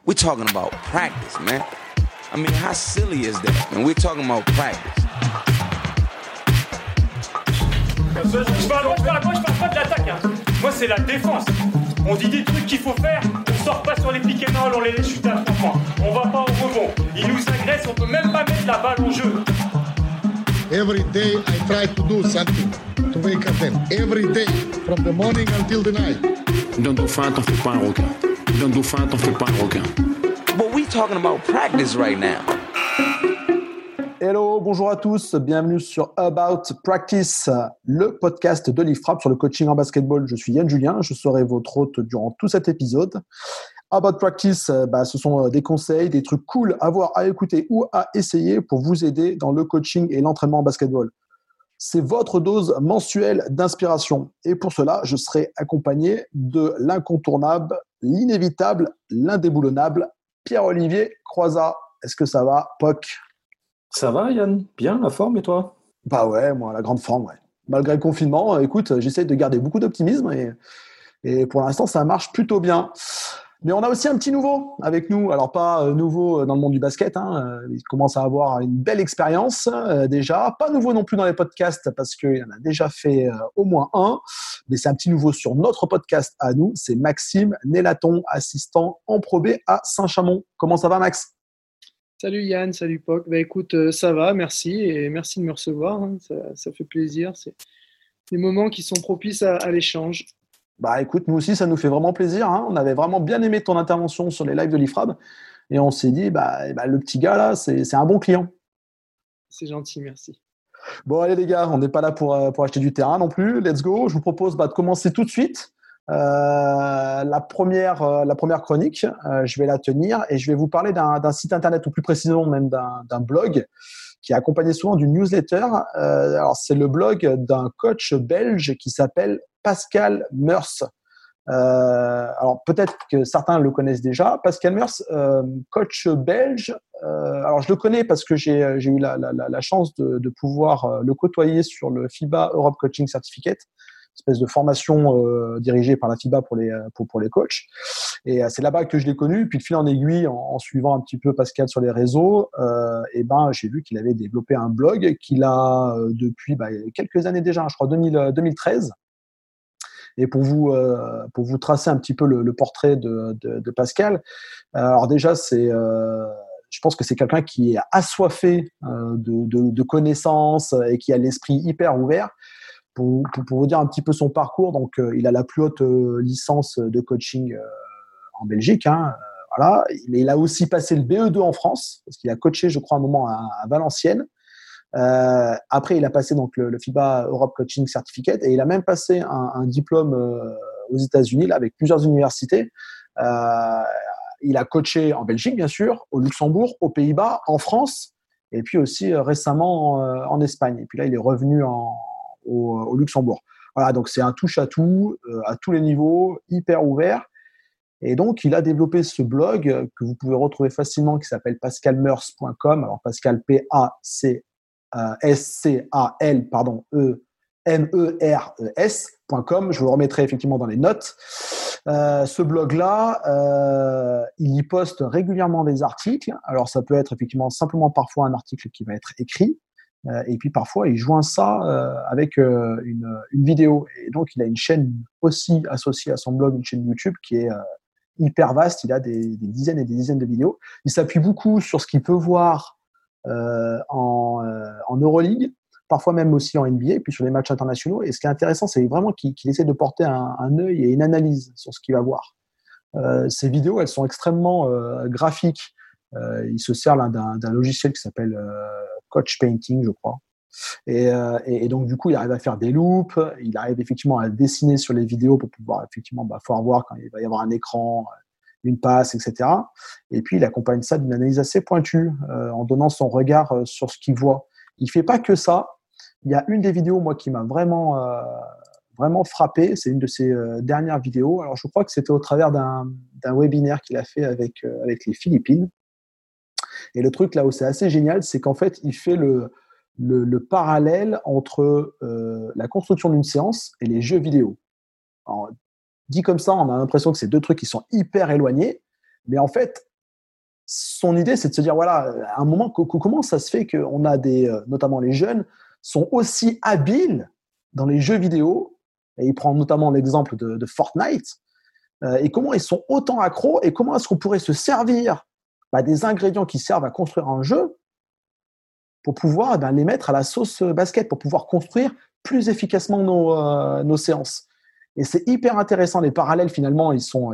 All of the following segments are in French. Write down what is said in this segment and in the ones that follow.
We're talking about practice, man. I mean, how silly is that? And we're talking about practice. Je parle pas de l'attaque. Hein. Moi, c'est la défense. On dit des trucs qu'il faut faire, on sort pas sur les pick and roll, on les laisse chuter à 3 points. On va pas au rebond. Ils nous agressent, on peut même pas mettre la balle en jeu. Every day I try to do something to wake up them. Every day, from the morning until the night. D'un dauphin, t'en fais pas un requin. D'un dauphin, t'en fais pas un requin. But we talking about practice right now. Hello, bonjour à tous, bienvenue sur About Practice, le podcast de l'IFRAP sur le coaching en basketball. Je suis Yann Julien, je serai votre hôte durant tout cet épisode. About Practice, ce sont des conseils, des trucs cool à voir, à écouter ou à essayer pour vous aider dans le coaching et l'entraînement en basketball. C'est votre dose mensuelle d'inspiration. Et pour cela, je serai accompagné de l'incontournable, l'inévitable, l'indéboulonnable, Pierre-Olivier Croizat. Est-ce que ça va, Poc ? Ça va, Yann? Bien, la forme, et toi? Bah ouais, moi, la grande forme, ouais. Malgré le confinement, écoute, j'essaie de garder beaucoup d'optimisme et pour l'instant, ça marche plutôt bien. Mais on a aussi un petit nouveau avec nous. Alors, pas nouveau dans le monde du basket, hein. Il commence à avoir une belle expérience déjà. Pas nouveau non plus dans les podcasts parce qu'il en a déjà fait au moins un. Mais c'est un petit nouveau sur notre podcast à nous. C'est Maxime Nélaton, assistant en Pro B à Saint-Chamond. Comment ça va, Max ? Salut Yann, salut Poc. Écoute, ça va, merci et merci de me recevoir. Hein. Ça fait plaisir. C'est des moments qui sont propices à l'échange. Bah écoute, nous aussi, ça nous fait vraiment plaisir. Hein. On avait vraiment bien aimé ton intervention sur les lives de l'IFRAB et on s'est dit, le petit gars là, c'est un bon client. C'est gentil, merci. Bon, allez les gars, on n'est pas là pour acheter du terrain non plus. Let's go. Je vous propose de commencer tout de suite. La première chronique, je vais la tenir et je vais vous parler d'un site internet ou plus précisément même d'un blog qui est accompagné souvent d'une newsletter. Alors c'est le blog d'un coach belge qui s'appelle Pascal Meurs. Alors peut-être que certains le connaissent déjà. Pascal Meurs, coach belge. Alors je le connais parce que j'ai eu la chance de pouvoir le côtoyer sur le FIBA Europe Coaching Certificate, espèce de formation dirigée par la FIBA pour les coachs. Et c'est là-bas que je l'ai connu. Puis de fil en aiguille, en suivant un petit peu Pascal sur les réseaux, j'ai vu qu'il avait développé un blog qu'il a depuis quelques années déjà, je crois 2013. Et pour vous tracer un petit peu le portrait de Pascal, alors déjà je pense que c'est quelqu'un qui est assoiffé de connaissances et qui a l'esprit hyper ouvert. Pour vous dire un petit peu son parcours, donc il a la plus haute licence de coaching en Belgique, hein, voilà. Mais il a aussi passé le BE2 en France, parce qu'il a coaché, je crois, un moment à Valenciennes. Après, il a passé donc le FIBA Europe Coaching Certificate et il a même passé un diplôme aux États-Unis, là, avec plusieurs universités. Il a coaché en Belgique, bien sûr, au Luxembourg, aux Pays-Bas, en France, et puis aussi récemment en Espagne. Et puis là, il est revenu au Luxembourg. Voilà, donc c'est un touche-à-tout, à tous les niveaux, hyper ouvert. Et donc, il a développé ce blog que vous pouvez retrouver facilement, qui s'appelle pascalmeurs.com. Alors, Pascal, P-A-C-A-S-C-A-L, M-E-R-E-S.com. Je vous le remettrai effectivement dans les notes. Ce blog-là, il y poste régulièrement des articles. Alors, ça peut être effectivement simplement parfois un article qui va être écrit. Et puis parfois, il joint ça avec une vidéo. Et donc, il a une chaîne aussi associée à son blog, une chaîne YouTube qui est hyper vaste. Il a des dizaines et des dizaines de vidéos. Il s'appuie beaucoup sur ce qu'il peut voir en Euroleague, parfois même aussi en NBA, et puis sur les matchs internationaux. Et ce qui est intéressant, c'est vraiment qu'il essaie de porter un œil et une analyse sur ce qu'il va voir. Ces vidéos, elles sont extrêmement graphiques. Il se sert là d'un logiciel qui s'appelle Coach Painting, je crois. Et donc, du coup, il arrive à faire des loops. Il arrive effectivement à dessiner sur les vidéos pour pouvoir effectivement pouvoir voir quand il va y avoir un écran, une passe, etc. Et puis, il accompagne ça d'une analyse assez pointue en donnant son regard sur ce qu'il voit. Il fait pas que ça. Il y a une des vidéos, moi, qui m'a vraiment frappé. C'est une de ses dernières vidéos. Alors, je crois que c'était au travers d'un webinaire qu'il a fait avec les Philippines. Et le truc là où c'est assez génial, c'est qu'en fait, il fait le parallèle entre la construction d'une séance et les jeux vidéo. Alors, dit comme ça, on a l'impression que c'est deux trucs qui sont hyper éloignés, mais en fait, son idée, c'est de se dire, voilà, à un moment, comment ça se fait qu'on a notamment les jeunes, sont aussi habiles dans les jeux vidéo, et il prend notamment l'exemple de Fortnite, et comment ils sont autant accros, et comment est-ce qu'on pourrait se servir des ingrédients qui servent à construire un jeu pour pouvoir les mettre à la sauce basket, pour pouvoir construire plus efficacement nos séances. Et c'est hyper intéressant, les parallèles finalement, ils sont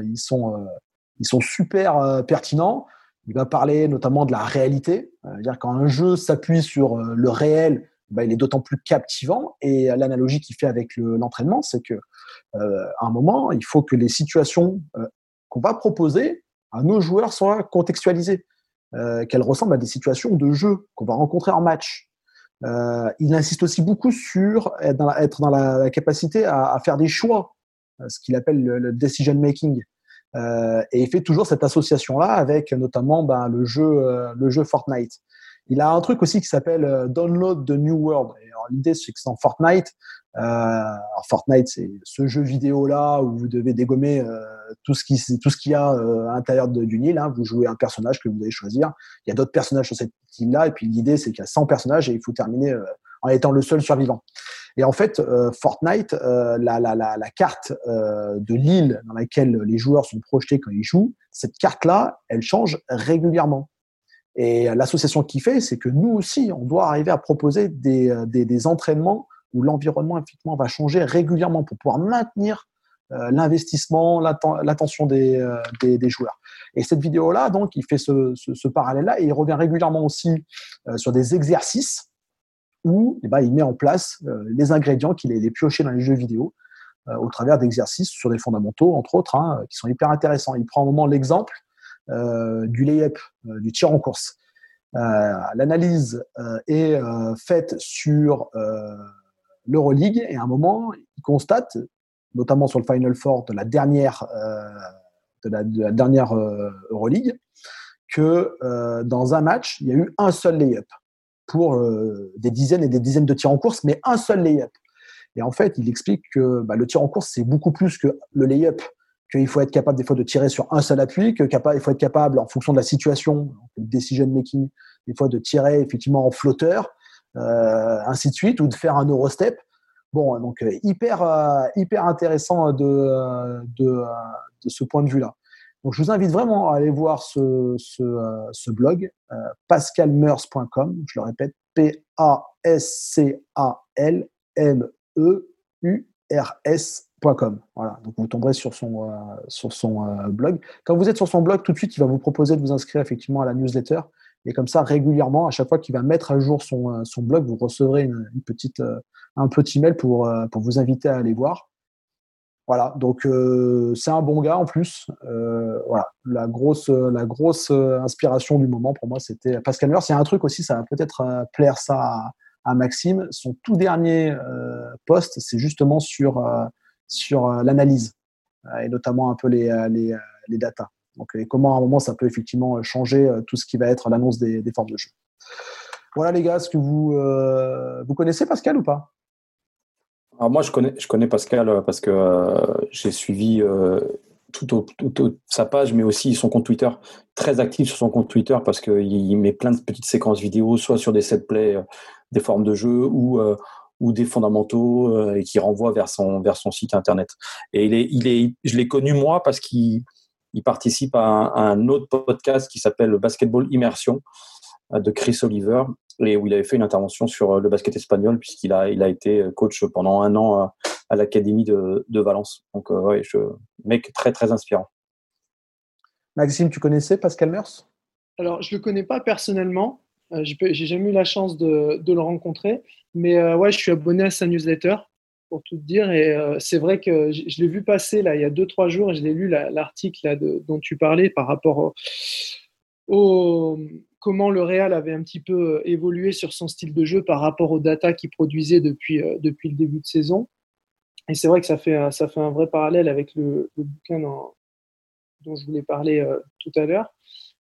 super pertinents. Il va parler notamment de la réalité, c'est-à-dire quand un jeu s'appuie sur le réel, il est d'autant plus captivant. Et l'analogie qu'il fait avec l'entraînement, c'est que à un moment, il faut que les situations qu'on va proposer à nos joueurs soient contextualisées, qu'elles ressemblent à des situations de jeu qu'on va rencontrer en match. Il insiste aussi beaucoup sur être dans la capacité à faire des choix, ce qu'il appelle le decision making. Et il fait toujours cette association-là avec notamment le jeu Fortnite. Il a un truc aussi qui s'appelle Download the New World. Et alors, l'idée, c'est que c'est en Fortnite. Alors Fortnite, c'est ce jeu vidéo-là où vous devez dégommer tout ce qu'il y a à l'intérieur d'une île. Hein. Vous jouez un personnage que vous allez choisir. Il y a d'autres personnages sur cette île-là. Et puis l'idée, c'est qu'il y a 100 personnages et il faut terminer en étant le seul survivant. Et en fait, Fortnite, la carte de l'île dans laquelle les joueurs sont projetés quand ils jouent, cette carte-là, elle change régulièrement. Et l'association qu'il fait, c'est que nous aussi, on doit arriver à proposer des entraînements où l'environnement effectivement va changer régulièrement pour pouvoir maintenir l'investissement, l'attention des joueurs. Et cette vidéo-là, donc, il fait ce parallèle-là et il revient régulièrement aussi sur des exercices où il met en place les ingrédients qu'il a piochés dans les jeux vidéo au travers d'exercices sur des fondamentaux, entre autres, qui sont hyper intéressants. Il prend un moment l'exemple du lay-up, du tir en course. L'analyse est faite sur l'Euroleague et à un moment, il constate, notamment sur le Final Four de la dernière Euroleague, que dans un match, il y a eu un seul lay-up pour des dizaines et des dizaines de tirs en course, mais un seul lay-up. Et en fait, il explique que le tir en course, c'est beaucoup plus que le lay-up, qu'il faut être capable des fois de tirer sur un seul appui, il faut être capable, en fonction de la situation, le decision making, des fois de tirer effectivement en flotteur, ainsi de suite, ou de faire un Eurostep. Bon, donc hyper intéressant de ce point de vue-là. Donc, je vous invite vraiment à aller voir ce blog, pascalmeurs.com. Je le répète, pascalmeurs.com. Voilà. Donc, vous tomberez sur son blog. Quand vous êtes sur son blog, tout de suite, il va vous proposer de vous inscrire effectivement à la newsletter. Et comme ça, régulièrement, à chaque fois qu'il va mettre à jour son blog, vous recevrez un petit mail pour vous inviter à aller voir. Voilà, donc c'est un bon gars en plus. Voilà, la grosse inspiration du moment pour moi, c'était Pascal Meurs. Il y a un truc aussi, ça va peut-être plaire ça à Maxime. Son tout dernier post, c'est justement sur l'analyse et notamment un peu les datas. Donc, comment à un moment ça peut effectivement changer tout ce qui va être l'annonce des formes de jeu. Voilà les gars, est-ce que vous connaissez Pascal ou pas? Alors moi, je connais Pascal parce que j'ai suivi toute sa page, mais aussi son compte Twitter, très actif sur son compte Twitter parce qu'il met plein de petites séquences vidéo, soit sur des set plays, des formes de jeu ou des fondamentaux et qui renvoie vers son site internet. Et je l'ai connu moi parce qu'il participe à un autre podcast qui s'appelle Basketball Immersion de Chris Oliver, et où il avait fait une intervention sur le basket espagnol puisqu'il a été coach pendant 1 an à l'académie de Valence. Donc mec très très inspirant. Maxime, tu connaissais Pascal Meurs? Alors je le connais pas personnellement, j'ai jamais eu la chance de le rencontrer, mais je suis abonné à sa newsletter pour tout te dire, et c'est vrai que je l'ai vu passer là il y a 2-3 jours et je l'ai lu l'article là dont tu parlais par rapport au comment le Real avait un petit peu évolué sur son style de jeu par rapport aux data qu'il produisait depuis le début de saison. Et c'est vrai que ça fait un vrai parallèle avec le bouquin dont je voulais parler tout à l'heure.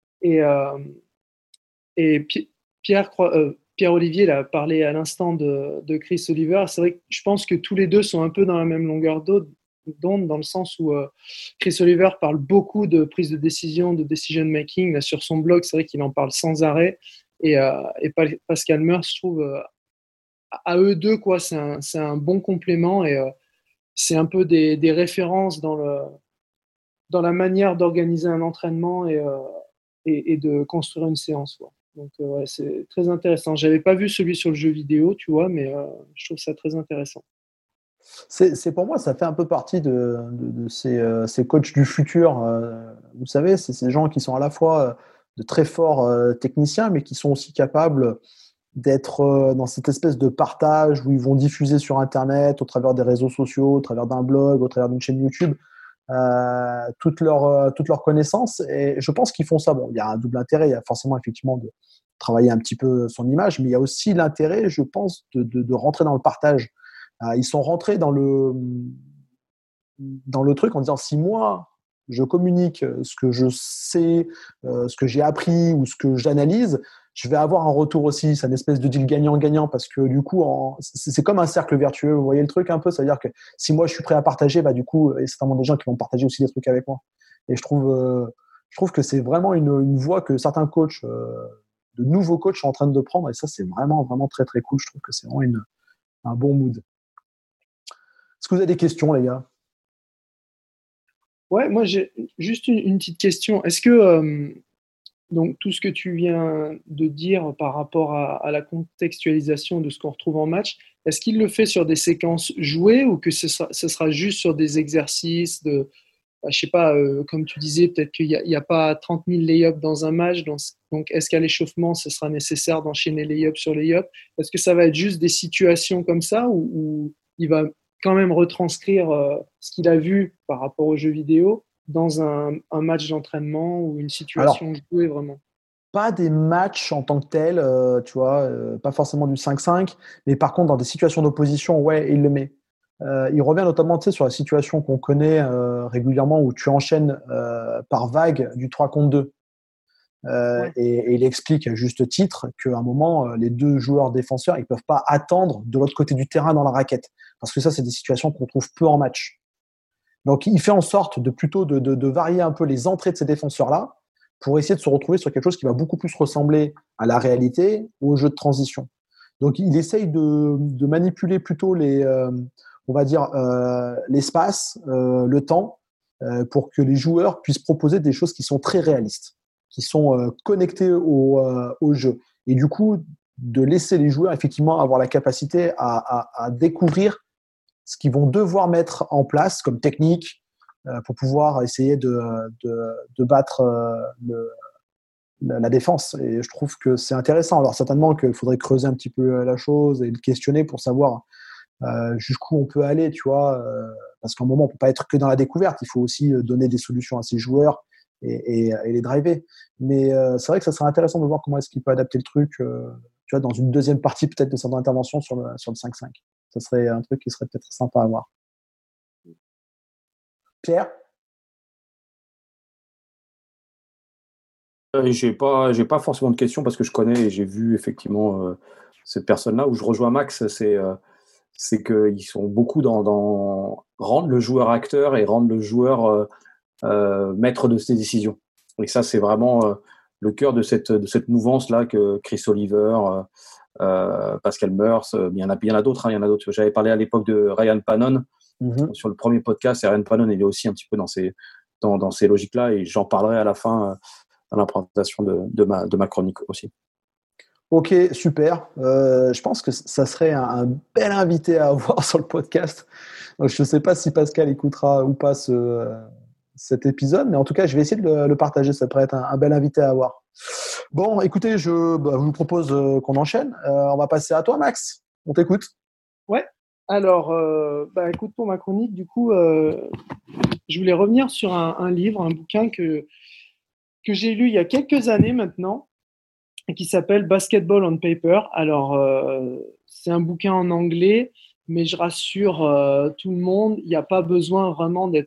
Et Pierre-Olivier a parlé à l'instant de Chris Oliver. C'est vrai que je pense que tous les deux sont un peu dans la même longueur d'onde dans le sens où Chris Oliver parle beaucoup de prise de décision, de decision making. Là, sur son blog, c'est vrai qu'il en parle sans arrêt. Et Pascal Meurs, je trouve, à eux deux, quoi, c'est un bon complément et c'est un peu des références dans la manière d'organiser un entraînement et de construire une séance, quoi. Donc, ouais, c'est très intéressant. J'avais pas vu celui sur le jeu vidéo, tu vois, mais je trouve ça très intéressant. C'est pour moi, ça fait un peu partie de ces coachs du futur. Vous savez, c'est ces gens qui sont à la fois de très forts techniciens, mais qui sont aussi capables d'être dans cette espèce de partage où ils vont diffuser sur Internet, au travers des réseaux sociaux, au travers d'un blog, au travers d'une chaîne YouTube, toutes leurs connaissances. Et je pense qu'ils font ça. Bon, il y a un double intérêt. Il y a forcément effectivement de travailler un petit peu son image, mais il y a aussi l'intérêt, je pense, de rentrer dans le partage. Ils sont rentrés dans le truc en disant si moi je communique ce que je sais, ce que j'ai appris ou ce que j'analyse, je vais avoir un retour aussi. C'est une espèce de deal gagnant-gagnant parce que du coup, c'est comme un cercle vertueux. Vous voyez le truc un peu? C'est-à-dire que si moi je suis prêt à partager, bah, du coup, il y a certainement des gens qui vont partager aussi des trucs avec moi. Et je trouve que c'est vraiment une voie que certains coachs, de nouveaux coachs, sont en train de prendre. Et ça, c'est vraiment, vraiment très, très cool. Je trouve que c'est vraiment un bon mood. Est-ce que vous avez des questions, les gars? Ouais, moi j'ai juste une petite question. Est-ce que donc tout ce que tu viens de dire par rapport à la contextualisation de ce qu'on retrouve en match, est-ce qu'il le fait sur des séquences jouées ou que ce sera juste sur des exercices de, je sais pas, comme tu disais, peut-être qu'il n'y a pas 30 000 lay-ups dans un match, donc est-ce qu'à l'échauffement, ce sera nécessaire d'enchaîner lay-up sur lay-up? Est-ce que ça va être juste des situations comme ça ou il va quand même retranscrire ce qu'il a vu par rapport aux jeux vidéo dans un match d'entraînement ou une situation jouée vraiment? Pas des matchs en tant que tels, tu vois, pas forcément du 5-5, mais par contre, dans des situations d'opposition, ouais, il le met. Il revient notamment, tu sais, sur la situation qu'on connaît régulièrement où tu enchaînes par vague du 3 contre 2. Ouais. Et il explique à juste titre qu'à un moment, les deux joueurs défenseurs, ils peuvent pas attendre de l'autre côté du terrain dans la raquette. Parce que ça, c'est des situations qu'on trouve peu en match. Donc, il fait en sorte de varier un peu les entrées de ces défenseurs-là pour essayer de se retrouver sur quelque chose qui va beaucoup plus ressembler à la réalité ou au jeu de transition. Donc, il essaye de manipuler plutôt on va dire, l'espace, le temps, pour que les joueurs puissent proposer des choses qui sont très réalistes, qui sont connectées au jeu. Et du coup, de laisser les joueurs effectivement avoir la capacité à découvrir ce qu'ils vont devoir mettre en place comme technique pour pouvoir essayer de battre la défense. Et je trouve que c'est intéressant. Alors certainement qu'il faudrait creuser un petit peu la chose et le questionner pour savoir jusqu'où on peut aller, tu vois, parce qu'à un moment, on ne peut pas être que dans la découverte. Il faut aussi donner des solutions à ces joueurs et les driver. Mais c'est vrai que ça serait intéressant de voir comment est-ce qu'il peut adapter le truc, tu vois, dans une deuxième partie peut-être de son intervention sur le 5-5. Ça serait un truc qui serait peut-être sympa à voir. Pierre? J'ai pas forcément de questions parce que je connais et j'ai vu effectivement cette personne-là. Où je rejoins Max, c'est qu'ils sont beaucoup dans rendre le joueur acteur et rendre le joueur maître de ses décisions. Et ça, c'est vraiment le cœur de cette mouvance-là que Chris Oliver, Pascal Meurs, il y en a d'autres. Il y en a d'autres. J'avais parlé à l'époque de Ryan Pannon sur le premier podcast. Et Ryan Pannon, il est aussi un petit peu dans ces logiques-là. Et j'en parlerai à la fin dans la présentation de ma chronique aussi. Ok, super. Je pense que ça serait un bel invité à avoir sur le podcast. Donc, je ne sais pas si Pascal écoutera ou pas cet épisode, mais en tout cas, je vais essayer de le partager. Ça pourrait être un bel invité à avoir. Bon, écoutez, je vous propose qu'on enchaîne. On va passer à toi, Max. On t'écoute. Ouais. Alors, écoute, pour ma chronique, du coup, je voulais revenir sur un livre, un bouquin que j'ai lu il y a quelques années maintenant, qui s'appelle Basketball on Paper. Alors, c'est un bouquin en anglais, mais je rassure tout le monde, il n'y a pas besoin vraiment de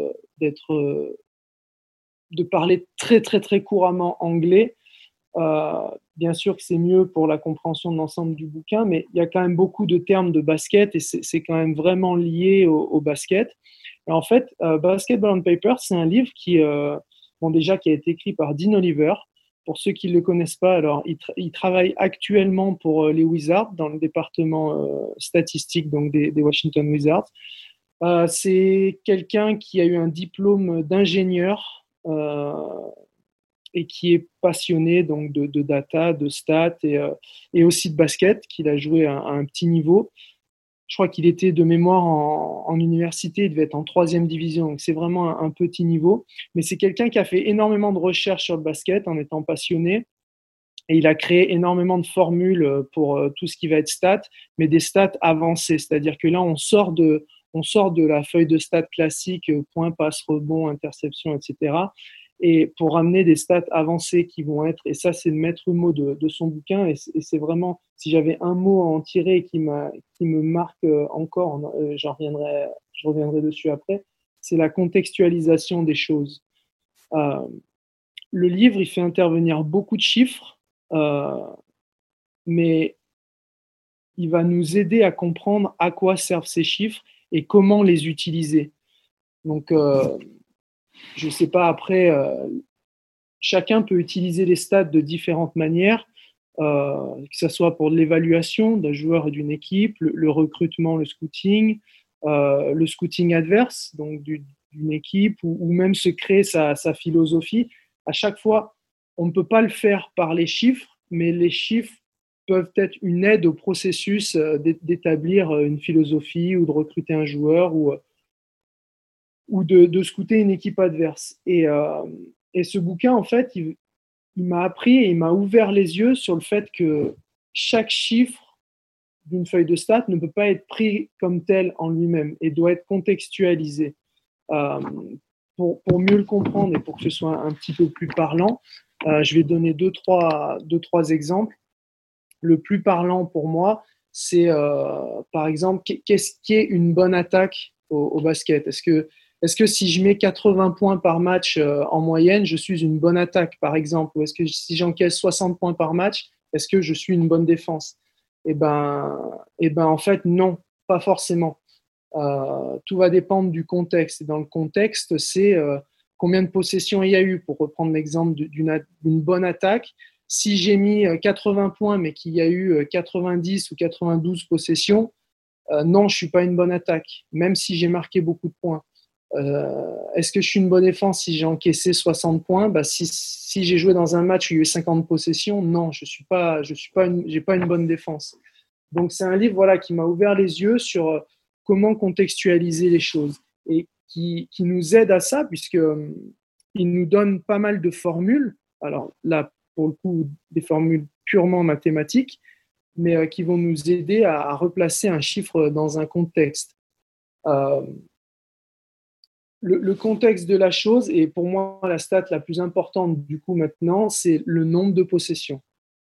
parler très, très, très couramment anglais. Bien sûr que c'est mieux pour la compréhension de l'ensemble du bouquin, mais il y a quand même beaucoup de termes de basket et c'est quand même vraiment lié au basket. Et en fait, Basketball on Paper, c'est un livre qui a été écrit par Dean Oliver. Pour ceux qui ne le connaissent pas, alors il travaille actuellement pour les Wizards dans le département statistique donc des Washington Wizards. C'est quelqu'un qui a eu un diplôme d'ingénieur et qui est passionné donc de data, de stats et aussi de basket, qu'il a joué à un petit niveau. Je crois qu'il était de mémoire en université, il devait être en 3e division, donc c'est vraiment un petit niveau. Mais c'est quelqu'un qui a fait énormément de recherches sur le basket en étant passionné. Et il a créé énormément de formules pour tout ce qui va être stats, mais des stats avancées. C'est-à-dire que là, on sort de la feuille de stats classique, points, passes, rebonds, interceptions, etc. Et pour ramener des stats avancées qui vont être, et ça c'est le maître mot de son bouquin, et c'est vraiment, si j'avais un mot à en tirer qui me marque encore, je reviendrai dessus après, c'est la contextualisation des choses. Le livre, il fait intervenir beaucoup de chiffres, mais il va nous aider à comprendre à quoi servent ces chiffres et comment les utiliser. Donc, je ne sais pas, après, chacun peut utiliser les stats de différentes manières, que ce soit pour l'évaluation d'un joueur et d'une équipe, le recrutement, le scouting adverse, donc d'une équipe, ou même se créer sa philosophie. À chaque fois, on ne peut pas le faire par les chiffres, mais les chiffres peuvent être une aide au processus d'établir une philosophie ou de recruter un joueur ou de scouter une équipe adverse. Et ce bouquin, en fait, il m'a appris et il m'a ouvert les yeux sur le fait que chaque chiffre d'une feuille de stats ne peut pas être pris comme tel en lui-même et doit être contextualisé. Pour mieux le comprendre et pour que ce soit un petit peu plus parlant, je vais donner deux, trois exemples. Le plus parlant pour moi, c'est par exemple, qu'est-ce qui est une bonne attaque au basket ? Est-ce que si je mets 80 points par match en moyenne, je suis une bonne attaque, par exemple ? Ou est-ce que si j'encaisse 60 points par match, est-ce que je suis une bonne défense ? Eh ben, en fait, non, pas forcément. Tout va dépendre du contexte. Et dans le contexte, c'est combien de possessions il y a eu. Pour reprendre l'exemple d'une bonne attaque, si j'ai mis 80 points, mais qu'il y a eu 90 ou 92 possessions, non, je ne suis pas une bonne attaque, même si j'ai marqué beaucoup de points. Est-ce que je suis une bonne défense si j'ai encaissé 60 points ? Si j'ai joué dans un match où il y a eu 50 possessions, non, j'ai pas une bonne défense. Donc c'est un livre qui m'a ouvert les yeux sur comment contextualiser les choses et qui nous aide à ça, puisqu'il nous donne pas mal de formules. Alors là, pour le coup, des formules purement mathématiques, mais qui vont nous aider à replacer un chiffre dans un contexte. Le contexte de la chose, et pour moi la stat la plus importante du coup maintenant, c'est le nombre de possessions.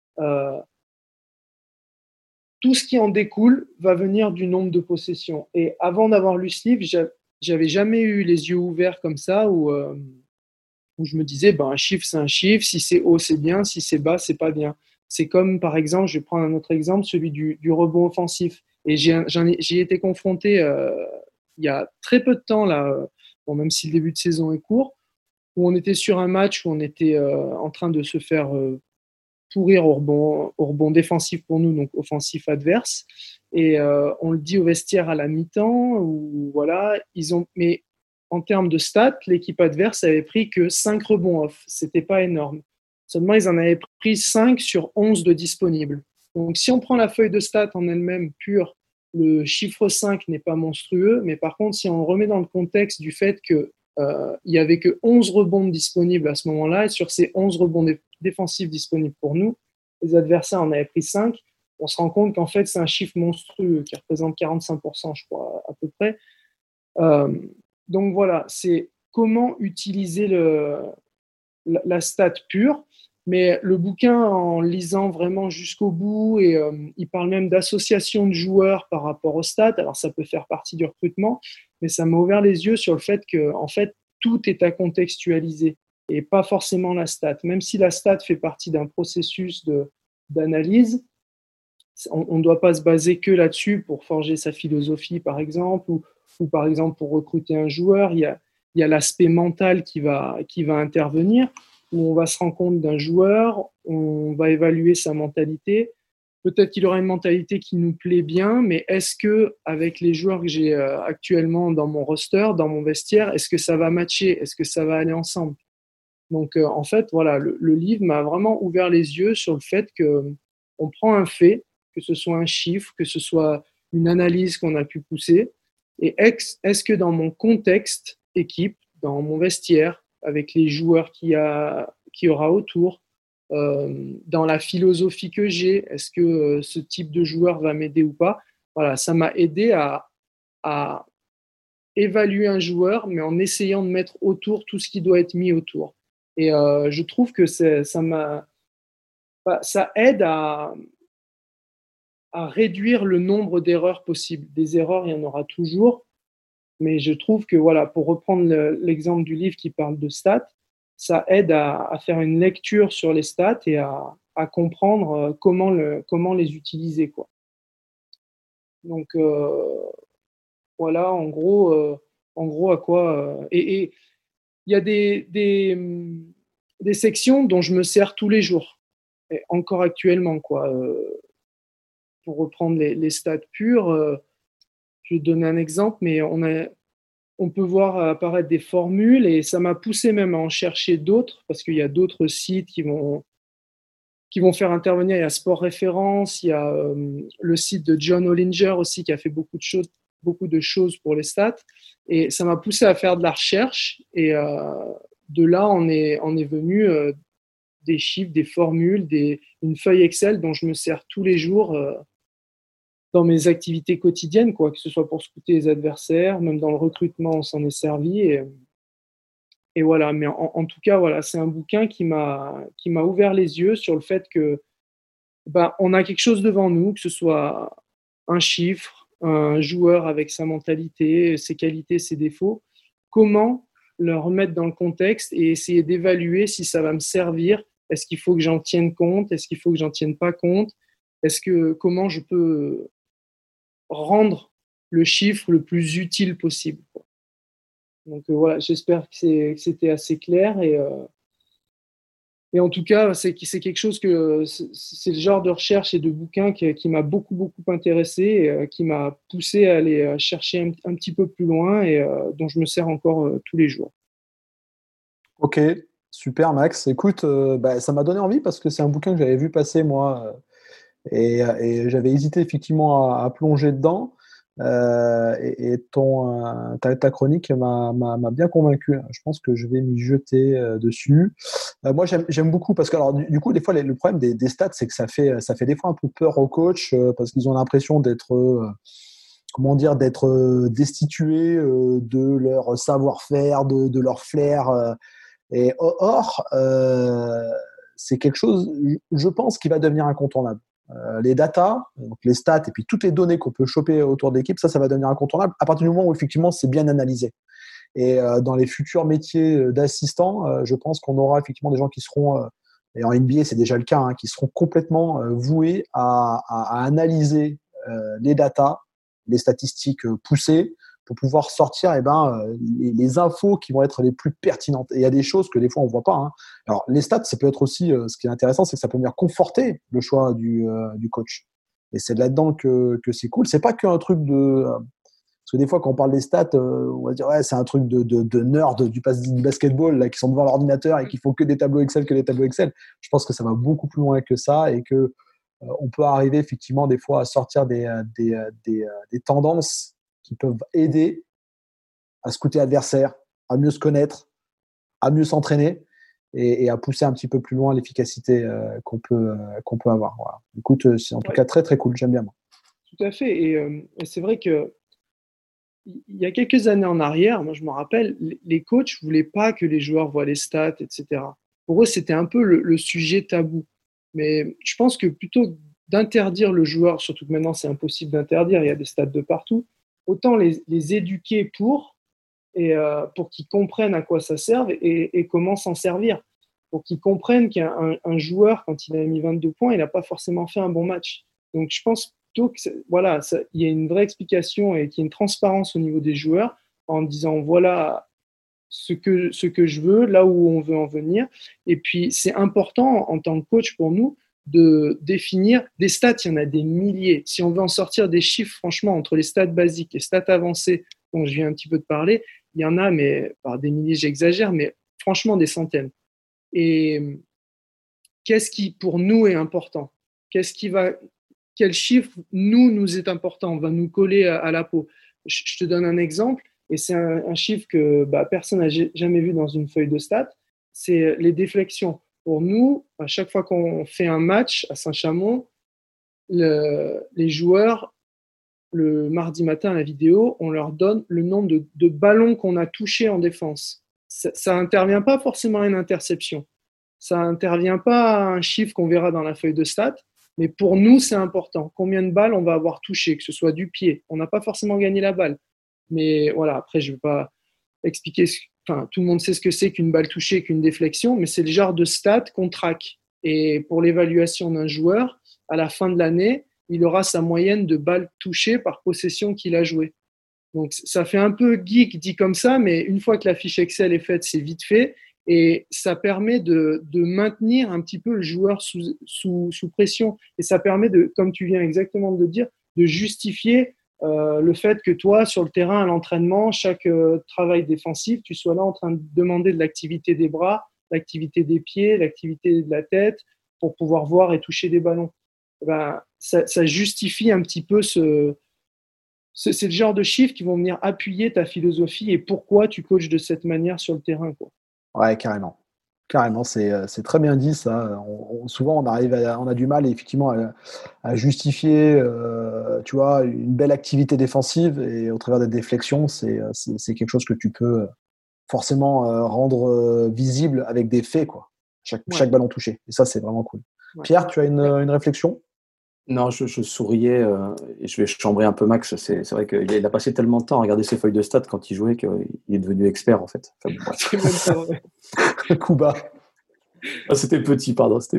Tout ce qui en découle va venir du nombre de possessions. Et avant d'avoir lu ce livre, j'avais jamais eu les yeux ouverts comme ça, où je me disais, un chiffre c'est un chiffre, si c'est haut c'est bien, si c'est bas c'est pas bien. C'est comme par exemple, je vais prendre un autre exemple, celui du rebond offensif. Et j'y ai été confronté il y a très peu de temps là. Même si le début de saison est court, où on était sur un match où on était en train de se faire pourrir au rebond défensif pour nous, donc offensif adverse. Et on le dit au vestiaire à la mi-temps, où mais en termes de stats, l'équipe adverse avait pris que 5 rebonds off. C'était pas énorme. Seulement, ils en avaient pris 5 sur 11 de disponibles. Donc, si on prend la feuille de stats en elle-même pure, le chiffre 5 n'est pas monstrueux, mais par contre, si on le remet dans le contexte du fait qu'il n'y avait que 11 rebonds disponibles à ce moment-là, et sur ces 11 rebonds défensifs disponibles pour nous, les adversaires en avaient pris 5, on se rend compte qu'en fait, c'est un chiffre monstrueux qui représente 45%, je crois, à peu près. Donc voilà, c'est comment utiliser la stat pure. Mais le bouquin, en lisant vraiment jusqu'au bout, et il parle même d'association de joueurs par rapport aux stats. Alors, ça peut faire partie du recrutement, mais ça m'a ouvert les yeux sur le fait que, en fait, tout est à contextualiser et pas forcément la stat. Même si la stat fait partie d'un processus d'analyse, on ne doit pas se baser que là-dessus pour forger sa philosophie, par exemple, Ou par exemple, pour recruter un joueur, il y a l'aspect mental qui va intervenir, où on va se rendre compte d'un joueur, on va évaluer sa mentalité. Peut-être qu'il aura une mentalité qui nous plaît bien, mais est-ce que avec les joueurs que j'ai actuellement dans mon roster, dans mon vestiaire, est-ce que ça va matcher? Est-ce que ça va aller ensemble? Donc, en fait, voilà, le livre m'a vraiment ouvert les yeux sur le fait qu'on prend un fait, que ce soit un chiffre, que ce soit une analyse qu'on a pu pousser, et est-ce que dans mon contexte équipe, dans mon vestiaire, avec les joueurs qu'il y aura autour, dans la philosophie que j'ai, est-ce que ce type de joueur va m'aider ou pas? Voilà, ça m'a aidé à évaluer un joueur, mais en essayant de mettre autour tout ce qui doit être mis autour. Et je trouve que ça aide à réduire le nombre d'erreurs possibles. Des erreurs, il y en aura toujours, mais je trouve que, voilà, pour reprendre l'exemple du livre qui parle de stats, ça aide à faire une lecture sur les stats et à comprendre comment les utiliser, quoi. Donc, voilà, en gros à quoi... et il y a des sections dont je me sers tous les jours, et encore actuellement, quoi. Pour reprendre les stats pures, je vais te donner un exemple, mais on peut voir apparaître des formules et ça m'a poussé même à en chercher d'autres parce qu'il y a d'autres sites qui vont faire intervenir. Il y a Sport Référence, il y a le site de John Hollinger aussi qui a fait beaucoup de choses pour les stats. Et ça m'a poussé à faire de la recherche et de là, on est venu des chiffres, des formules, une feuille Excel dont je me sers tous les jours dans mes activités quotidiennes, quoi, que ce soit pour scouter les adversaires, même dans le recrutement, on s'en est servi. Et voilà, mais en tout cas, voilà, c'est un bouquin qui m'a ouvert les yeux sur le fait que on a quelque chose devant nous, que ce soit un chiffre, un joueur avec sa mentalité, ses qualités, ses défauts. Comment le remettre dans le contexte et essayer d'évaluer si ça va me servir. Est-ce qu'il faut que j'en tienne compte? Est-ce qu'il faut que j'en tienne pas compte? Comment je peux rendre le chiffre le plus utile possible, quoi. Donc voilà, j'espère que c'était assez clair et en tout cas, c'est quelque chose que c'est le genre de recherche et de bouquin qui m'a beaucoup, beaucoup intéressé et qui m'a poussé à aller chercher un petit peu plus loin et dont je me sers encore tous les jours. Ok, super Max. Écoute, ça m'a donné envie parce que c'est un bouquin que j'avais vu passer moi et j'avais hésité effectivement à plonger dedans. Et ta chronique m'a bien convaincu. Je pense que je vais m'y jeter dessus. Moi, j'aime beaucoup parce que alors du coup, des fois, le problème des stats, c'est que ça fait des fois un peu peur aux coachs parce qu'ils ont l'impression d'être destitués de leur savoir-faire, de leur flair. Et or, c'est quelque chose, je pense, qui va devenir incontournable. Les data, donc les stats et puis toutes les données qu'on peut choper autour d'équipe, ça va devenir incontournable à partir du moment où effectivement c'est bien analysé. Et dans les futurs métiers d'assistants, je pense qu'on aura effectivement des gens qui seront, et en NBA c'est déjà le cas, qui seront complètement voués à analyser les data, les statistiques poussées pour pouvoir sortir les infos qui vont être les plus pertinentes. Et il y a des choses que des fois on voit pas. Alors les stats, ça peut être aussi, ce qui est intéressant, c'est que ça peut venir conforter le choix du coach. Et c'est là-dedans que c'est cool. C'est pas qu'un truc de parce que des fois quand on parle des stats, on va dire ouais c'est un truc de nerd du basketball là qui sont devant l'ordinateur et qui font que des tableaux Excel. Je pense que ça va beaucoup plus loin que ça et que on peut arriver effectivement des fois à sortir des tendances qui peuvent aider à scouter l'adversaire, à mieux se connaître, à mieux s'entraîner et à pousser un petit peu plus loin l'efficacité qu'on peut avoir. Voilà. Écoute, c'est en tout cas très très cool, j'aime bien moi. Tout à fait, et c'est vrai que il y a quelques années en arrière, moi je me rappelle, les coachs ne voulaient pas que les joueurs voient les stats, etc. Pour eux, c'était un peu le sujet tabou. Mais je pense que plutôt d'interdire le joueur, surtout que maintenant c'est impossible d'interdire, il y a des stats de partout, autant les éduquer pour qu'ils comprennent à quoi ça sert et comment s'en servir. Pour qu'ils comprennent qu'un joueur, quand il a mis 22 points, il n'a pas forcément fait un bon match. Donc je pense plutôt que il y a une vraie explication et qu'il y ait une transparence au niveau des joueurs en disant voilà ce que je veux, là où on veut en venir. Et puis, c'est important en tant que coach pour nous de définir des stats. Il y en a des milliers. Si on veut en sortir des chiffres, franchement, entre les stats basiques et stats avancées, dont je viens un petit peu de parler, il y en a, mais par des milliers, j'exagère, mais franchement, des centaines. Et qu'est-ce qui, pour nous, est important ? Quel chiffre, nous est important, va nous coller à la peau ? Je te donne un exemple. Et c'est un chiffre que personne n'a jamais vu dans une feuille de stats, c'est les déflexions. Pour nous, à chaque fois qu'on fait un match à Saint-Chamond, les joueurs, le mardi matin à la vidéo, on leur donne le nombre de ballons qu'on a touchés en défense. Ça n'intervient pas forcément à une interception. Ça n'intervient pas à un chiffre qu'on verra dans la feuille de stats, mais pour nous, c'est important. Combien de balles on va avoir touché, que ce soit du pied. On n'a pas forcément gagné la balle. Mais voilà, après, je ne vais pas expliquer. Tout le monde sait ce que c'est qu'une balle touchée, qu'une déflexion, mais c'est le genre de stats qu'on traque. Et pour l'évaluation d'un joueur, à la fin de l'année, il aura sa moyenne de balles touchées par possession qu'il a joué. Donc, ça fait un peu geek dit comme ça, mais une fois que la fiche Excel est faite, c'est vite fait. Et ça permet de maintenir un petit peu le joueur sous pression. Et ça permet comme tu viens exactement de le dire, de justifier le fait que toi, sur le terrain, à l'entraînement, chaque travail défensif, tu sois là en train de demander de l'activité des bras, l'activité des pieds, l'activité de la tête pour pouvoir voir et toucher des ballons. Ça justifie un petit peu c'est le genre de chiffres qui vont venir appuyer ta philosophie et pourquoi tu coaches de cette manière sur le terrain, quoi. Ouais, carrément. Carrément, c'est très bien dit ça. Souvent, on a du mal effectivement à justifier, tu vois, une belle activité défensive et au travers des déflexions, c'est quelque chose que tu peux forcément rendre visible avec des faits, quoi. Chaque ballon touché. Et ça, c'est vraiment cool. Ouais. Pierre, tu as une réflexion ? Non, je souriais et je vais chambrer un peu Max. C'est vrai qu'il a passé tellement de temps à regarder ses feuilles de stats quand il jouait qu'il est devenu expert en fait. Enfin, coup bas. C'était petit.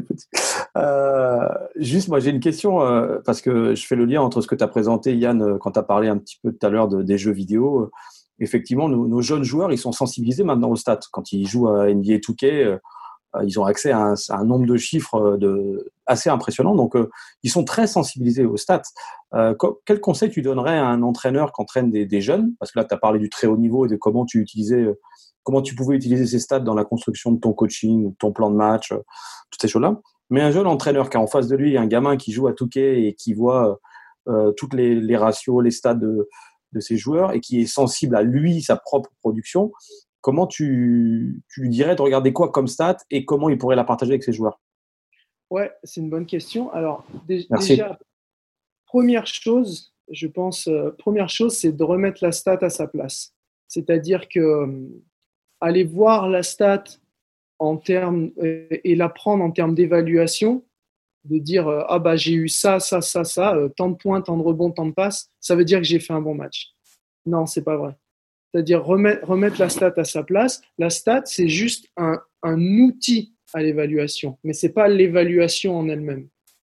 Juste, moi j'ai une question parce que je fais le lien entre ce que tu as présenté, Yann, quand tu as parlé un petit peu tout à l'heure des jeux vidéo. Effectivement, nos jeunes joueurs, ils sont sensibilisés maintenant aux stats. Quand ils jouent à NBA 2K, ils ont accès à un nombre de chiffres assez impressionnant. Donc, ils sont très sensibilisés aux stats. Quel conseil tu donnerais à un entraîneur qui entraîne des jeunes ? Parce que là, tu as parlé du très haut niveau et de comment tu pouvais utiliser ces stats dans la construction de ton coaching, de ton plan de match, toutes ces choses-là. Mais un jeune entraîneur qui a en face de lui un gamin qui joue à 2K et qui voit toutes les ratios, les stats de ses joueurs et qui est sensible à lui, sa propre production, comment tu lui dirais de regarder quoi comme stat et comment il pourrait la partager avec ses joueurs ? Ouais, c'est une bonne question. Alors, déjà, première chose, c'est de remettre la stat à sa place. C'est-à-dire que aller voir la stat en termes et la prendre en termes d'évaluation, de dire j'ai eu ça, tant de points, tant de rebonds, tant de passes, ça veut dire que j'ai fait un bon match. Non, c'est pas vrai. C'est-à-dire remettre la stat à sa place. La stat, c'est juste un outil à l'évaluation, mais c'est pas l'évaluation en elle-même.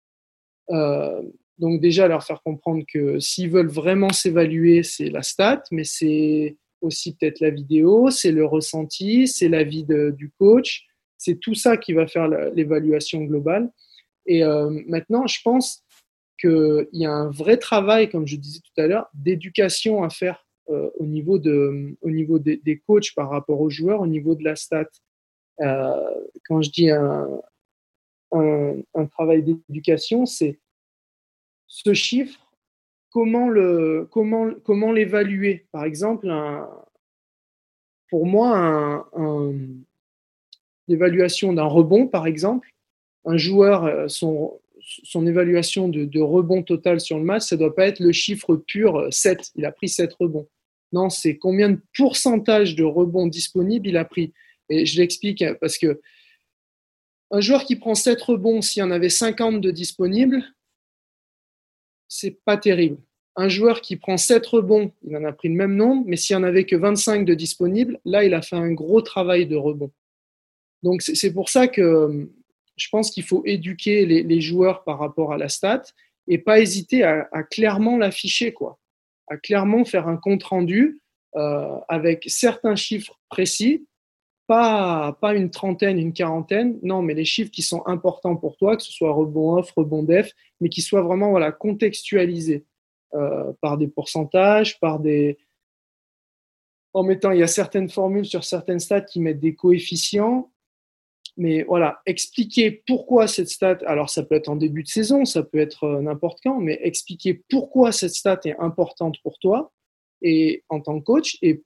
Donc déjà, leur faire comprendre que s'ils veulent vraiment s'évaluer, c'est la stat, mais c'est aussi peut-être la vidéo, c'est le ressenti, c'est l'avis du coach. C'est tout ça qui va faire l'évaluation globale. Et maintenant, je pense qu'il y a un vrai travail, comme je disais tout à l'heure, d'éducation à faire au niveau des coachs par rapport aux joueurs, au niveau de la stat. Quand je dis un travail d'éducation, c'est ce chiffre, comment l'évaluer. Par exemple, pour moi, l'évaluation d'un rebond, par exemple, un joueur, son évaluation de rebond total sur le match, ça ne doit pas être le chiffre pur 7. Il a pris 7 rebonds. Non, c'est combien de pourcentage de rebonds disponibles il a pris. Et je l'explique parce que un joueur qui prend 7 rebonds, s'il y en avait 50 de disponibles, c'est pas terrible. Un joueur qui prend 7 rebonds, il en a pris le même nombre, mais s'il n'y en avait que 25 de disponibles, là, il a fait un gros travail de rebond. Donc, c'est pour ça que je pense qu'il faut éduquer les joueurs par rapport à la stat et pas hésiter à clairement l'afficher, quoi. À clairement faire un compte-rendu avec certains chiffres précis, pas une trentaine, une quarantaine, non, mais les chiffres qui sont importants pour toi, que ce soit rebond off, rebond def, mais qui soient vraiment contextualisés par des pourcentages, en mettant, il y a certaines formules sur certaines stats qui mettent des coefficients, mais voilà, expliquer pourquoi cette stat, alors ça peut être en début de saison, ça peut être n'importe quand, mais expliquer pourquoi cette stat est importante pour toi et en tant que coach et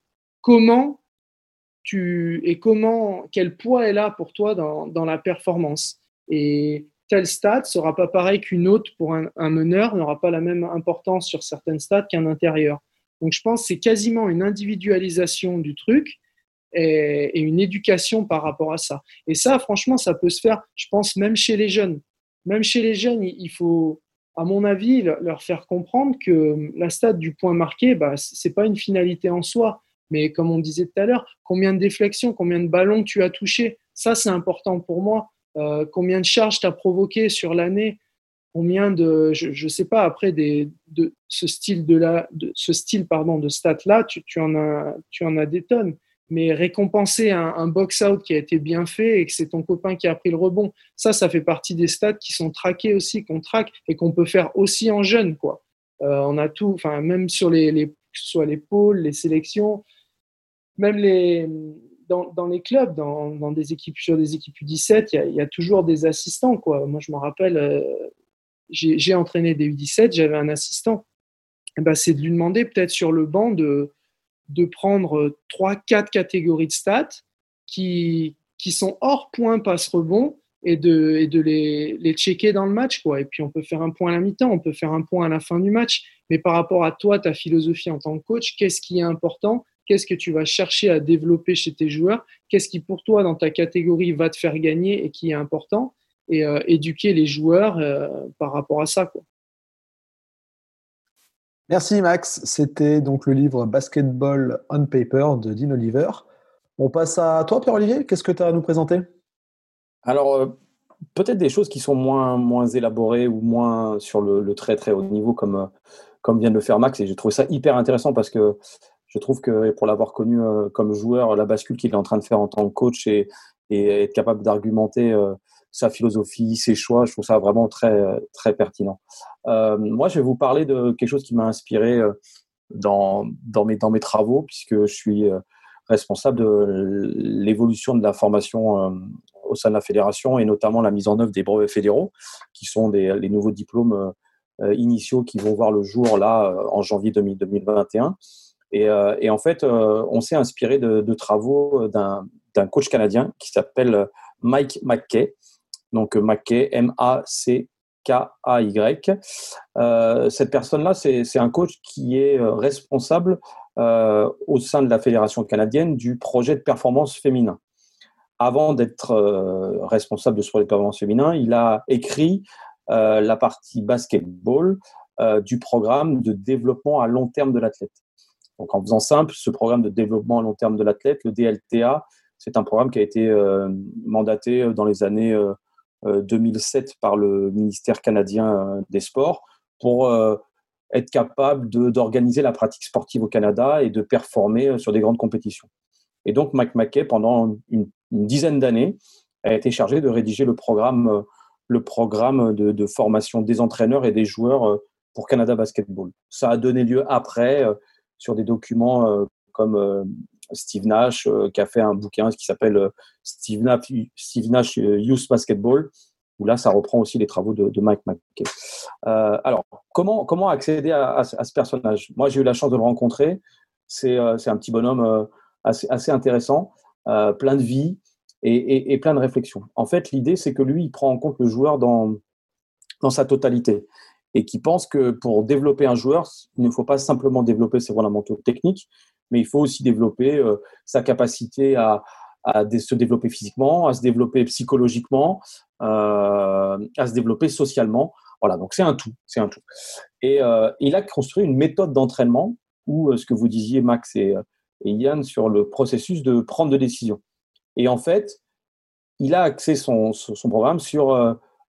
quel poids elle a pour toi dans la performance. Et telle stat sera pas pareil qu'une autre pour un meneur, n'aura pas la même importance sur certaines stats qu'un intérieur. Donc je pense que c'est quasiment une individualisation du truc et une éducation par rapport à ça. Et ça, franchement, ça peut se faire, je pense, même chez les jeunes. Même chez les jeunes, il faut, à mon avis, leur faire comprendre que la stat du point marqué, c'est pas une finalité en soi. Mais comme on disait tout à l'heure, combien de déflexions, combien de ballons tu as touché, ça c'est important pour moi. Combien de charges tu as provoqué sur l'année, combien de, je sais pas, après de ce style de stats là, tu en as des tonnes. Mais récompenser un box-out qui a été bien fait et que c'est ton copain qui a pris le rebond, ça fait partie des stats qui sont traqués aussi, qu'on traque et qu'on peut faire aussi en jeune, quoi. On a tout, enfin même sur que ce soit les pôles, les sélections, même dans les clubs, dans des équipes, sur des équipes U17, il y a toujours des assistants, quoi. Moi, je me rappelle, j'ai entraîné des U17, j'avais un assistant. Et c'est de lui demander peut-être sur le banc de prendre 3-4 catégories de stats qui sont hors point passe-rebond et de les checker dans le match, quoi. Et puis, on peut faire un point à la mi-temps, on peut faire un point à la fin du match. Mais par rapport à toi, ta philosophie en tant que coach, qu'est-ce qui est important ? Qu'est-ce que tu vas chercher à développer chez tes joueurs ? Qu'est-ce qui, pour toi, dans ta catégorie, va te faire gagner et qui est important ? Et éduquer les joueurs par rapport à ça, quoi. Merci Max. C'était donc le livre Basketball on Paper de Dean Oliver. On passe à toi, Pierre-Olivier. Qu'est-ce que tu as à nous présenter ? Alors, peut-être des choses qui sont moins élaborées ou moins sur le très très haut niveau comme vient de le faire Max. Et j'ai trouvé ça hyper intéressant parce que je trouve que pour l'avoir connu comme joueur, la bascule qu'il est en train de faire en tant que coach et être capable d'argumenter sa philosophie, ses choix, je trouve ça vraiment très, très pertinent. Moi, je vais vous parler de quelque chose qui m'a inspiré dans mes travaux, puisque je suis responsable de l'évolution de la formation au sein de la fédération et notamment la mise en œuvre des brevets fédéraux, qui sont les nouveaux diplômes initiaux qui vont voir le jour là en janvier 2021. Et en fait, on s'est inspiré de travaux d'un coach canadien qui s'appelle Mike McKay. Donc McKay, MACKAY. Cette personne-là, c'est un coach qui est responsable au sein de la Fédération canadienne du projet de performance féminin. Avant d'être responsable de ce projet de performance féminin, il a écrit la partie basketball du programme de développement à long terme de l'athlète. Donc, en faisant simple, ce programme de développement à long terme de l'athlète, le DLTA, c'est un programme qui a été mandaté dans les années 2007 par le ministère canadien des Sports pour être capable d'organiser la pratique sportive au Canada et de performer sur des grandes compétitions. Et donc, Mike McKay, pendant une dizaine d'années, a été chargé de rédiger le programme de formation des entraîneurs et des joueurs pour Canada Basketball. Ça a donné lieu après sur des documents comme Steve Nash, qui a fait un bouquin qui s'appelle Steve Nash Youth Basketball, où là, ça reprend aussi les travaux de Mike McKay. Alors, comment accéder à ce personnage ? Moi, j'ai eu la chance de le rencontrer. C'est un petit bonhomme assez intéressant, plein de vie et plein de réflexions. En fait, l'idée, c'est que lui, il prend en compte le joueur dans sa totalité et qui pense que pour développer un joueur, il ne faut pas simplement développer ses fondamentaux techniques, mais il faut aussi développer sa capacité à se développer physiquement, à se développer psychologiquement, à se développer socialement. Voilà, donc c'est un tout. Et il a construit une méthode d'entraînement où ce que vous disiez, Max et Yann, sur le processus de prendre des décisions. Et en fait, il a axé son programme sur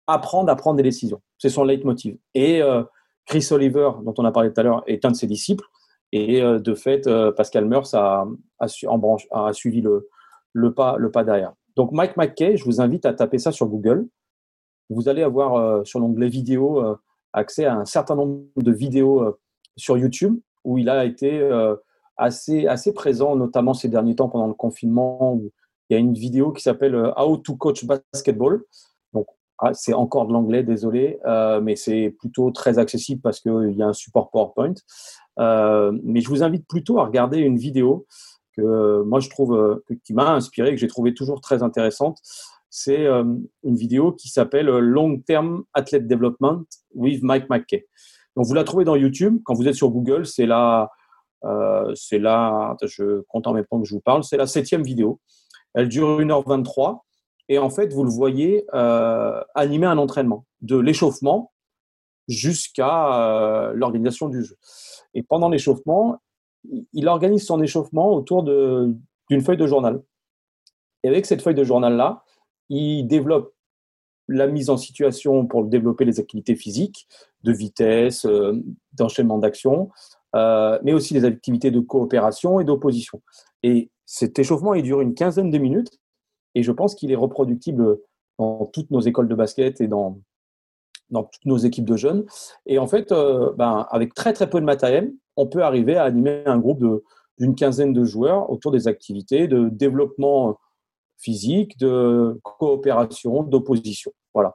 apprendre à prendre des décisions. C'est son leitmotiv. Et Chris Oliver, dont on a parlé tout à l'heure, est un de ses disciples. Et de fait, Pascal Meurs a suivi le pas derrière. Donc, Mike McKay, je vous invite à taper ça sur Google. Vous allez avoir sur l'onglet vidéo accès à un certain nombre de vidéos sur YouTube où il a été assez présent, notamment ces derniers temps pendant le confinement, où il y a une vidéo qui s'appelle How to Coach Basketball. Donc, c'est encore de l'anglais, désolé, mais c'est plutôt très accessible parce qu'il y a un support PowerPoint. Mais je vous invite plutôt à regarder une vidéo que moi je trouve qui m'a inspiré, que j'ai trouvé toujours très intéressante. C'est une vidéo qui s'appelle Long Term Athlete Development with Mike McKay. Donc vous la trouvez dans YouTube. Quand vous êtes sur Google, c'est là, je compte en même temps que je vous parle, c'est la 7e vidéo. Elle dure 1h23 et en fait vous le voyez animer un entraînement de l'échauffement jusqu'à l'organisation du jeu. Et pendant l'échauffement, il organise son échauffement autour d'une feuille de journal. Et avec cette feuille de journal-là, il développe la mise en situation pour développer les activités physiques, de vitesse, d'enchaînement d'action, mais aussi les activités de coopération et d'opposition. Et cet échauffement, il dure une quinzaine de minutes et je pense qu'il est reproductible dans toutes nos écoles de basket et dans toutes nos équipes de jeunes. Et en fait, avec très, très peu de matériel, on peut arriver à animer un groupe d'une quinzaine de joueurs autour des activités de développement physique, de coopération, d'opposition. Voilà.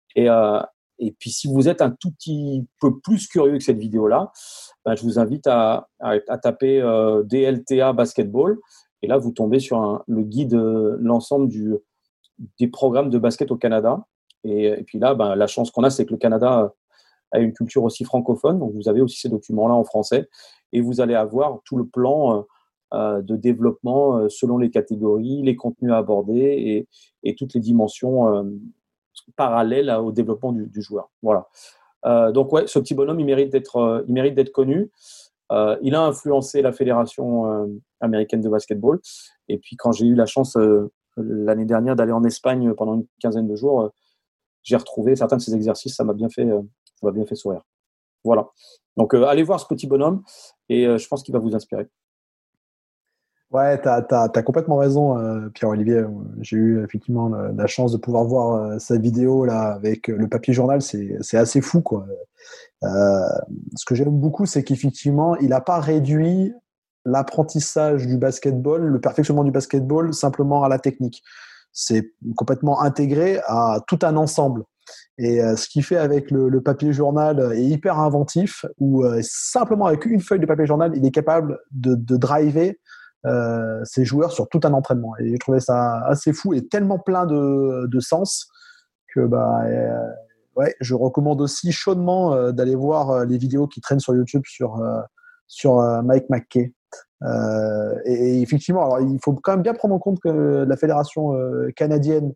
Et puis, si vous êtes un tout petit peu plus curieux que cette vidéo-là, je vous invite à taper DLTA Basketball. Et là, vous tombez sur le guide, l'ensemble des programmes de basket au Canada. Et puis là, la chance qu'on a, c'est que le Canada a une culture aussi francophone. Donc, vous avez aussi ces documents-là en français. Et vous allez avoir tout le plan de développement selon les catégories, les contenus à aborder et toutes les dimensions parallèles au développement du joueur. Voilà. Donc, ouais, ce petit bonhomme, il mérite d'être connu. Il a influencé la fédération américaine de basketball. Et puis, quand j'ai eu la chance l'année dernière d'aller en Espagne pendant une quinzaine de jours, j'ai retrouvé certains de ces exercices. Ça m'a bien fait sourire. Voilà. Donc, allez voir ce petit bonhomme et je pense qu'il va vous inspirer. Ouais, tu as complètement raison, Pierre-Olivier. J'ai eu effectivement la chance de pouvoir voir sa vidéo là, avec le papier journal. C'est assez fou, quoi. Ce que j'aime beaucoup, c'est qu'effectivement, il n'a pas réduit l'apprentissage du basketball, le perfectionnement du basketball, simplement à la technique. C'est complètement intégré à tout un ensemble. Et ce qu'il fait avec le papier journal est hyper inventif, où simplement avec une feuille de papier journal, il est capable de driver ses joueurs sur tout un entraînement. Et j'ai trouvé ça assez fou et tellement plein de sens que ouais, je recommande aussi chaudement d'aller voir les vidéos qui traînent sur YouTube sur Mike McKay. Et effectivement, alors, il faut quand même bien prendre en compte que la fédération canadienne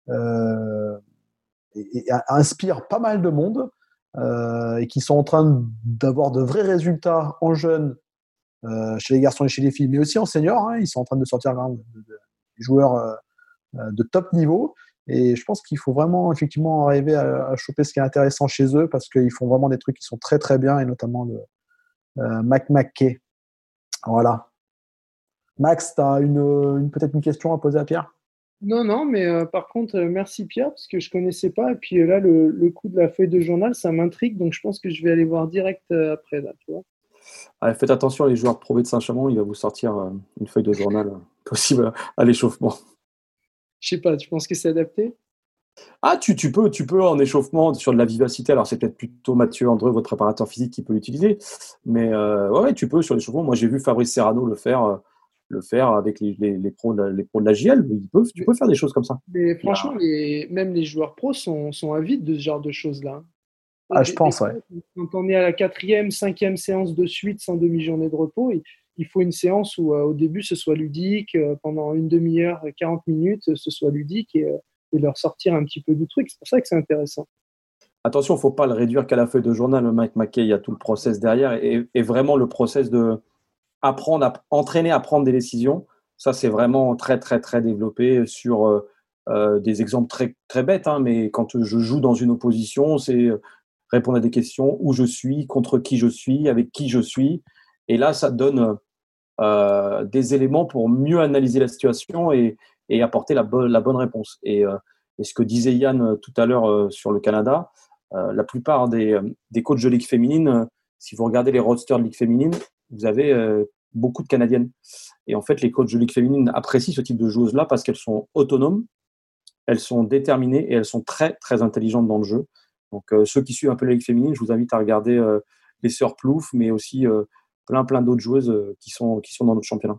inspire pas mal de monde et qui sont en train d'avoir de vrais résultats en jeunes chez les garçons et chez les filles, mais aussi en seniors. Hein, ils sont en train de sortir des joueurs de top niveau. Et je pense qu'il faut vraiment effectivement arriver à choper ce qui est intéressant chez eux parce qu'ils font vraiment des trucs qui sont très très bien et notamment le Mike McKay. Voilà. Max, tu as peut-être une question à poser à Pierre ? Non, mais par contre, merci Pierre, parce que je ne connaissais pas. Et puis là, le coup de la feuille de journal, ça m'intrigue. Donc, je pense que je vais aller voir direct après. Là, tu vois. Allez, faites attention, les joueurs Pro B de Saint-Chamond, il va vous sortir une feuille de journal possible à l'échauffement. Je sais pas, tu penses que c'est adapté ? Ah, tu peux en échauffement sur de la vivacité. Alors, c'est peut-être plutôt Mathieu Andreu, votre préparateur physique, qui peut l'utiliser. Mais ouais, tu peux sur l'échauffement. Moi, j'ai vu Fabrice Serrano le faire avec les pros de la JL. Tu peux faire des choses comme ça. Mais franchement, même les joueurs pros sont avides de ce genre de choses-là. Ah, je pense, ouais. Quand on est à la 4e, 5e séance de suite sans demi-journée de repos, il faut une séance où au début ce soit ludique, pendant une demi-heure, 40 minutes, ce soit ludique et leur sortir un petit peu du truc. C'est pour ça que c'est intéressant. Attention, il ne faut pas le réduire qu'à la feuille de journal. Le Mike McKay, il y a tout le process derrière et vraiment le process de entraîner à prendre des décisions. Ça, c'est vraiment très, très, très développé sur des exemples très, très bêtes, hein, mais quand je joue dans une opposition, c'est répondre à des questions, où je suis, contre qui je suis, avec qui je suis. Et là, ça donne des éléments pour mieux analyser la situation et apporter la bonne réponse. Et ce que disait Yann tout à l'heure sur le Canada, la plupart des coachs de Ligue féminine, si vous regardez les rosters de Ligue féminine, vous avez beaucoup de Canadiennes. Et en fait, les coachs de Ligue féminine apprécient ce type de joueuses-là parce qu'elles sont autonomes, elles sont déterminées et elles sont très, très intelligentes dans le jeu. Donc, ceux qui suivent un peu la Ligue féminine, je vous invite à regarder les sœurs Plouffe, mais aussi plein d'autres joueuses qui sont dans notre championnat.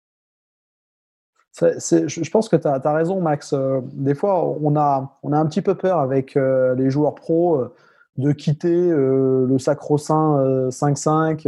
Je pense que tu as raison, Max. Des fois, on a un petit peu peur avec les joueurs pros de quitter le sacro-saint 5-5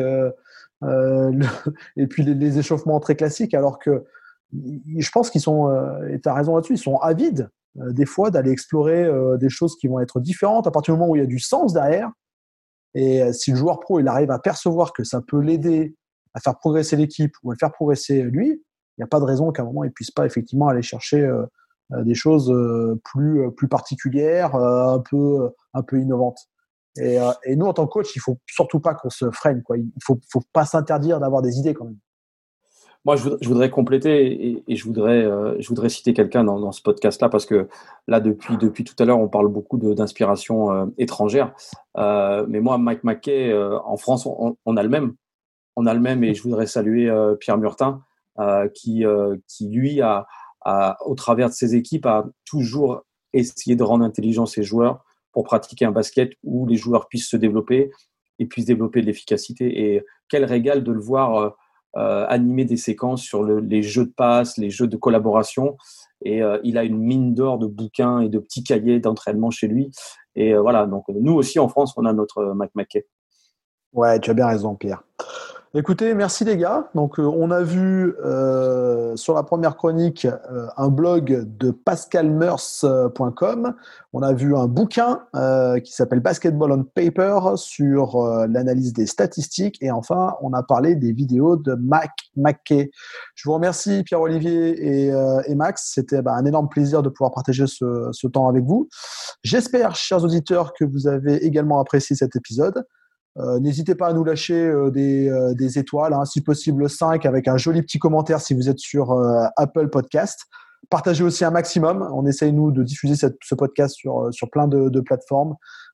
et puis les échauffements très classiques, alors que je pense qu'ils sont, et tu as raison là-dessus, ils sont avides des fois d'aller explorer des choses qui vont être différentes à partir du moment où il y a du sens derrière. Et si le joueur pro il arrive à percevoir que ça peut l'aider à faire progresser l'équipe ou à le faire progresser lui, il n'y a pas de raison qu'à un moment il ne puisse pas effectivement aller chercher des choses plus particulières, un peu innovantes. Et nous, en tant que coach, il ne faut surtout pas qu'on se freine, quoi. Il ne faut pas s'interdire d'avoir des idées quand même. Moi, je voudrais compléter et je voudrais citer quelqu'un dans ce podcast-là parce que là, depuis tout à l'heure, on parle beaucoup d'inspiration étrangère. Mais moi, Mike Mackey, en France, on a le même. On a le même et je voudrais saluer Pierre Murtin qui lui, au travers de ses équipes, a toujours essayé de rendre intelligents ses joueurs pour pratiquer un basket où les joueurs puissent se développer et puissent développer de l'efficacité. Et quel régal de le voir animer des séquences sur les jeux de passe, les jeux de collaboration. Et il a une mine d'or de bouquins et de petits cahiers d'entraînement chez lui. Et voilà, donc nous aussi en France, on a notre Mike Mackey. Ouais, tu as bien raison, Pierre. Écoutez, merci les gars. Donc, on a vu sur la première chronique un blog de pascalmeurs.com. On a vu un bouquin qui s'appelle Basketball on Paper sur l'analyse des statistiques. Et enfin, on a parlé des vidéos de Mike Mackey. Je vous remercie Pierre-Olivier et Max. C'était un énorme plaisir de pouvoir partager ce temps avec vous. J'espère, chers auditeurs, que vous avez également apprécié cet épisode. N'hésitez pas à nous lâcher des étoiles, hein, si possible 5 avec un joli petit commentaire si vous êtes sur Apple Podcast. Partagez aussi un maximum. On essaye, nous, de diffuser ce podcast sur plein de plateformes.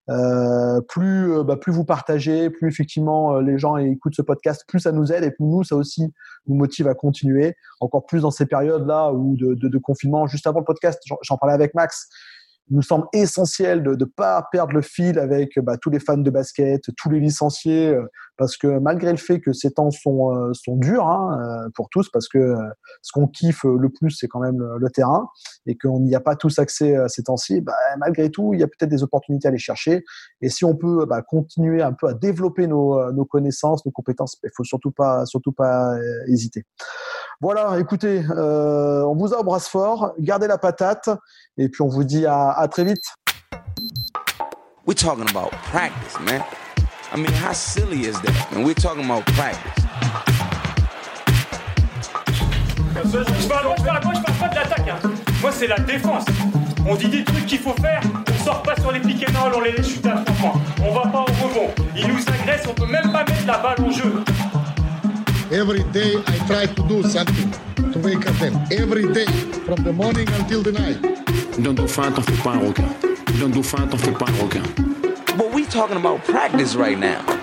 Plus vous partagez, plus effectivement les gens écoutent ce podcast, plus ça nous aide et plus nous, ça aussi nous motive à continuer. Encore plus dans ces périodes-là où de confinement. Juste avant le podcast, j'en parlais avec Max. Il nous semble essentiel de ne pas perdre le fil avec tous les fans de basket, tous les licenciés, parce que malgré le fait que ces temps sont durs pour tous, parce que ce qu'on kiffe le plus, c'est quand même le terrain, et qu'on n'y a pas tous accès ces temps-ci, malgré tout, il y a peut-être des opportunités à aller chercher. Et si on peut continuer un peu à développer nos connaissances, nos compétences, il ne faut surtout pas hésiter. Voilà, écoutez, on vous embrasse fort, gardez la patate, et puis on vous dit à très vite. We're talking about practice, man. I mean, how silly is that? And we're talking about practice. Je parle pas de l'attaque. Hein. Moi, c'est la défense. On dit des trucs qu'il faut faire, on sort pas sur les pick and roll, on les chute à 3 points. On va pas au rebond. Ils nous agressent, on peut même pas mettre la balle en jeu. Every day I try to do something to wake up them. Every day, from the morning until the night. D'un dauphin, t'en fais pas un requin. D'un dauphin, t'en fais pas un requin. But we talking about practice right now.